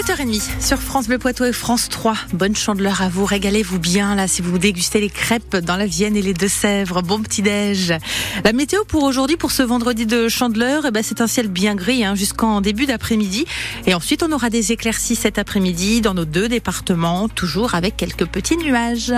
7h30 sur France Bleu Poitou et France 3. Bonne chandeleur à vous, régalez-vous bien là si vous dégustez les crêpes dans la Vienne et les Deux-Sèvres. Bon petit-déj. La météo pour aujourd'hui, pour ce vendredi de chandeleur, c'est un ciel bien gris jusqu'en début d'après-midi. Et ensuite, on aura des éclaircies cet après-midi dans nos deux départements, toujours avec quelques petits nuages.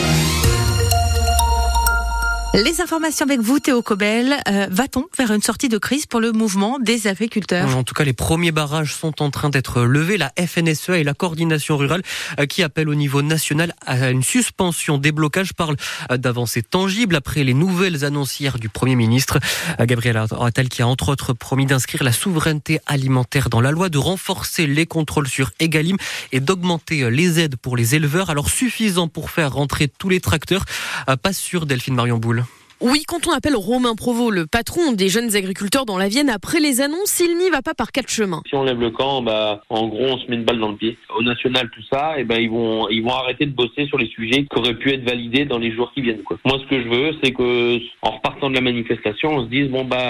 Les informations avec vous, Théo Cobel. Va-t-on vers une sortie de crise pour le mouvement des agriculteurs ? En tout cas, les premiers barrages sont en train d'être levés. La FNSEA et la coordination rurale qui appellent au niveau national à une suspension des blocages parlent d'avancées tangibles après les nouvelles annonces hier du Premier ministre. Gabriel Attal qui a entre autres promis d'inscrire la souveraineté alimentaire dans la loi, de renforcer les contrôles sur Egalim et d'augmenter les aides pour les éleveurs. Alors suffisant pour faire rentrer tous les tracteurs ? Pas sûr, Delphine Marion-Boule. Oui, quand on appelle Romain Provost, le patron des jeunes agriculteurs dans la Vienne, après les annonces, il n'y va pas par quatre chemins. Si on lève le camp, en gros, on se met une balle dans le pied. Au national, tout ça, ils vont arrêter de bosser sur les sujets qui auraient pu être validés dans les jours qui viennent, quoi. Moi, ce que je veux, c'est que, en repartant de la manifestation, on se dise,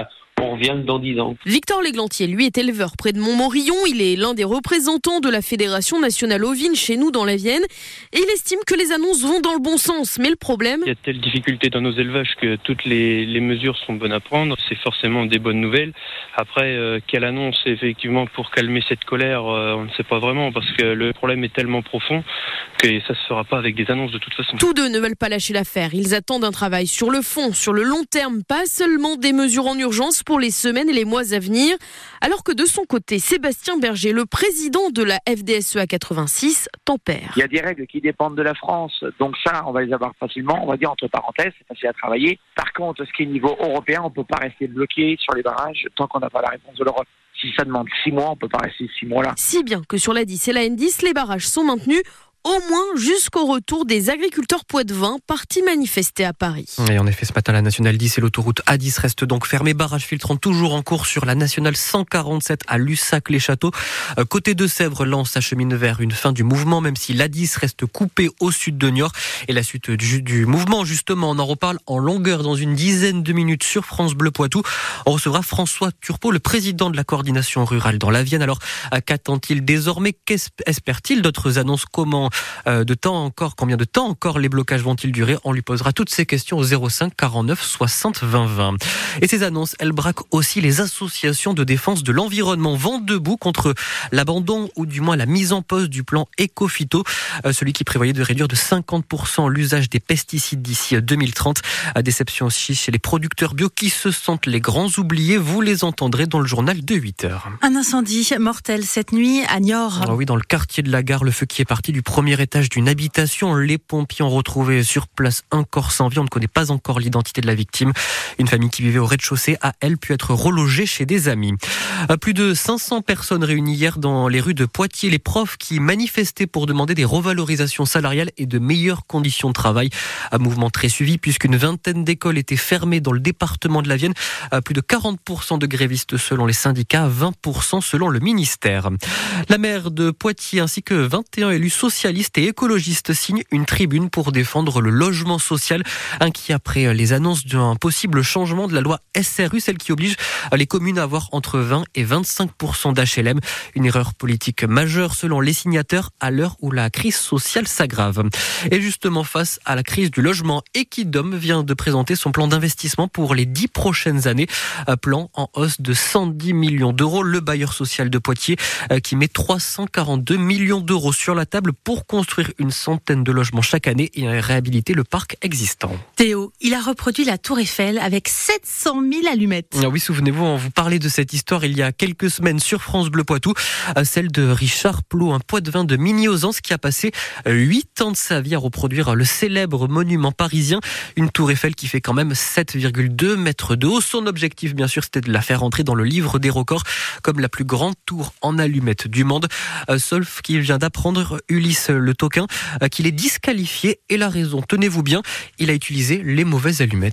on revient dans 10 ans. Victor Léglantier, lui, est éleveur près de Montmorillon. Il est l'un des représentants de la Fédération nationale ovine chez nous dans la Vienne. Et il estime que les annonces vont dans le bon sens. Mais le problème... Il y a telle difficulté dans nos élevages que toutes les mesures sont bonnes à prendre. C'est forcément des bonnes nouvelles. Après, quelle annonce effectivement pour calmer cette colère, on ne sait pas vraiment parce que le problème est tellement profond que ça ne se fera pas avec des annonces de toute façon. Tous deux ne veulent pas lâcher l'affaire. Ils attendent un travail sur le fond, sur le long terme, pas seulement des mesures en urgence pour les semaines et les mois à venir. Alors que de son côté, Sébastien Berger, le président de la FDSEA 86, tempère. Il y a des règles qui dépendent de la France, donc ça, on va les avoir facilement, on va dire entre parenthèses, c'est facile à travailler. Par contre, ce qui est niveau européen, on ne peut pas rester bloqué sur les barrages tant qu'on n'a pas la réponse de l'Europe. Si ça demande 6 mois, on ne peut pas rester 6 mois là. Si bien que sur l'A10 et la N10, les barrages sont maintenus au moins jusqu'au retour des agriculteurs poitevins partis manifester à Paris. Et en effet, ce matin, la Nationale 10 et l'autoroute A10 restent donc fermées. Barrage filtrant toujours en cours sur la Nationale 147 à Lussac-les-Châteaux. Côté de Sèvres, là, on s'achemine vers une fin du mouvement, même si l'A10 reste coupée au sud de Niort. Et la suite du mouvement, justement, on en reparle en longueur dans une dizaine de minutes sur France Bleu Poitou. On recevra François Turpot, le président de la coordination rurale dans la Vienne. Alors, qu'attend-il désormais ? Qu'espère-t-il d'autres annonces ? Combien de temps encore les blocages vont-ils durer ? On lui posera toutes ces questions au 05 49 60 20 20. Et ces annonces, elles braquent aussi les associations de défense de l'environnement. Vent debout contre l'abandon ou du moins la mise en pause du plan Éco-Phyto, celui qui prévoyait de réduire de 50% l'usage des pesticides d'ici 2030. Déception aussi chez les producteurs bio qui se sentent les grands oubliés. Vous les entendrez dans le journal de 8h. Un incendie mortel cette nuit à Niort. Ah oui, dans le quartier de la Gare, le feu qui est parti du premier étage d'une habitation. Les pompiers ont retrouvé sur place un corps sans vie. On ne connaît pas encore l'identité de la victime. Une famille qui vivait au rez-de-chaussée a, elle, pu être relogée chez des amis. Plus de 500 personnes réunies hier dans les rues de Poitiers. Les profs qui manifestaient pour demander des revalorisations salariales et de meilleures conditions de travail. Un mouvement très suivi puisqu'une vingtaine d'écoles étaient fermées dans le département de la Vienne. Plus de 40% de grévistes selon les syndicats, 20% selon le ministère. La maire de Poitiers ainsi que 21 élus socialistes et écologistes signent une tribune pour défendre le logement social, inquiet après les annonces d'un possible changement de la loi SRU, celle qui oblige les communes à avoir entre 20 et 25% d'HLM. Une erreur politique majeure selon les signataires à l'heure où la crise sociale s'aggrave. Et justement face à la crise du logement, Equidom vient de présenter son plan d'investissement pour les 10 prochaines années. Un plan en hausse de 110 millions d'euros. Le bailleur social de Poitiers qui met 342 millions d'euros sur la table pour construire une centaine de logements chaque année et réhabiliter le parc existant. Théo, il a reproduit la Tour Eiffel avec 700 000 allumettes. Ah oui, souvenez-vous, on vous parlait de cette histoire il y a quelques semaines sur France Bleu Poitou, celle de Richard Plot, un poitevin de Migny-aux-Anses qui a passé 8 ans de sa vie à reproduire le célèbre monument parisien, une Tour Eiffel qui fait quand même 7,2 mètres de haut. Son objectif, bien sûr, c'était de la faire entrer dans le livre des records comme la plus grande tour en allumettes du monde. Sauf qu'il vient d'apprendre, Ulysse le Toquin, qu'il est disqualifié et la raison, tenez-vous bien, il a utilisé les mauvaises allumettes.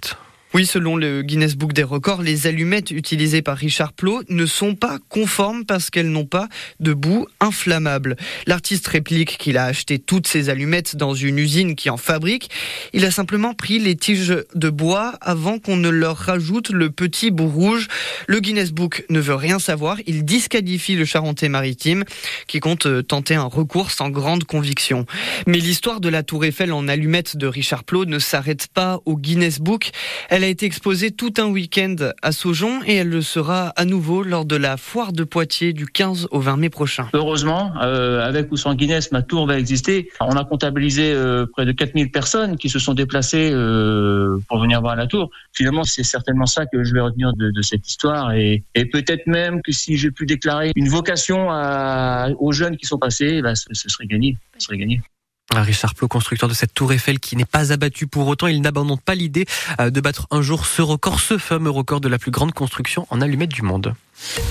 Oui, selon le Guinness Book des records, les allumettes utilisées par Richard Plot ne sont pas conformes parce qu'elles n'ont pas de bout inflammable. L'artiste réplique qu'il a acheté toutes ces allumettes dans une usine qui en fabrique. Il a simplement pris les tiges de bois avant qu'on ne leur rajoute le petit bout rouge. Le Guinness Book ne veut rien savoir. Il disqualifie le Charentais-Maritime qui compte tenter un recours sans grande conviction. Mais l'histoire de la Tour Eiffel en allumettes de Richard Plot ne s'arrête pas au Guinness Book. Elle a été exposée tout un week-end à Saujon et elle le sera à nouveau lors de la foire de Poitiers du 15 au 20 mai prochain. Heureusement, avec ou sans Guinness, ma tour va exister. On a comptabilisé près de 4000 personnes qui se sont déplacées pour venir voir la tour. Finalement, c'est certainement ça que je vais retenir de cette histoire et peut-être même que si j'ai pu déclarer une vocation aux jeunes qui sont passés, ce serait gagné. Ce serait gagné. Richard Plot, constructeur de cette tour Eiffel qui n'est pas abattu pour autant, il n'abandonne pas l'idée de battre un jour ce record, ce fameux record de la plus grande construction en allumettes du monde.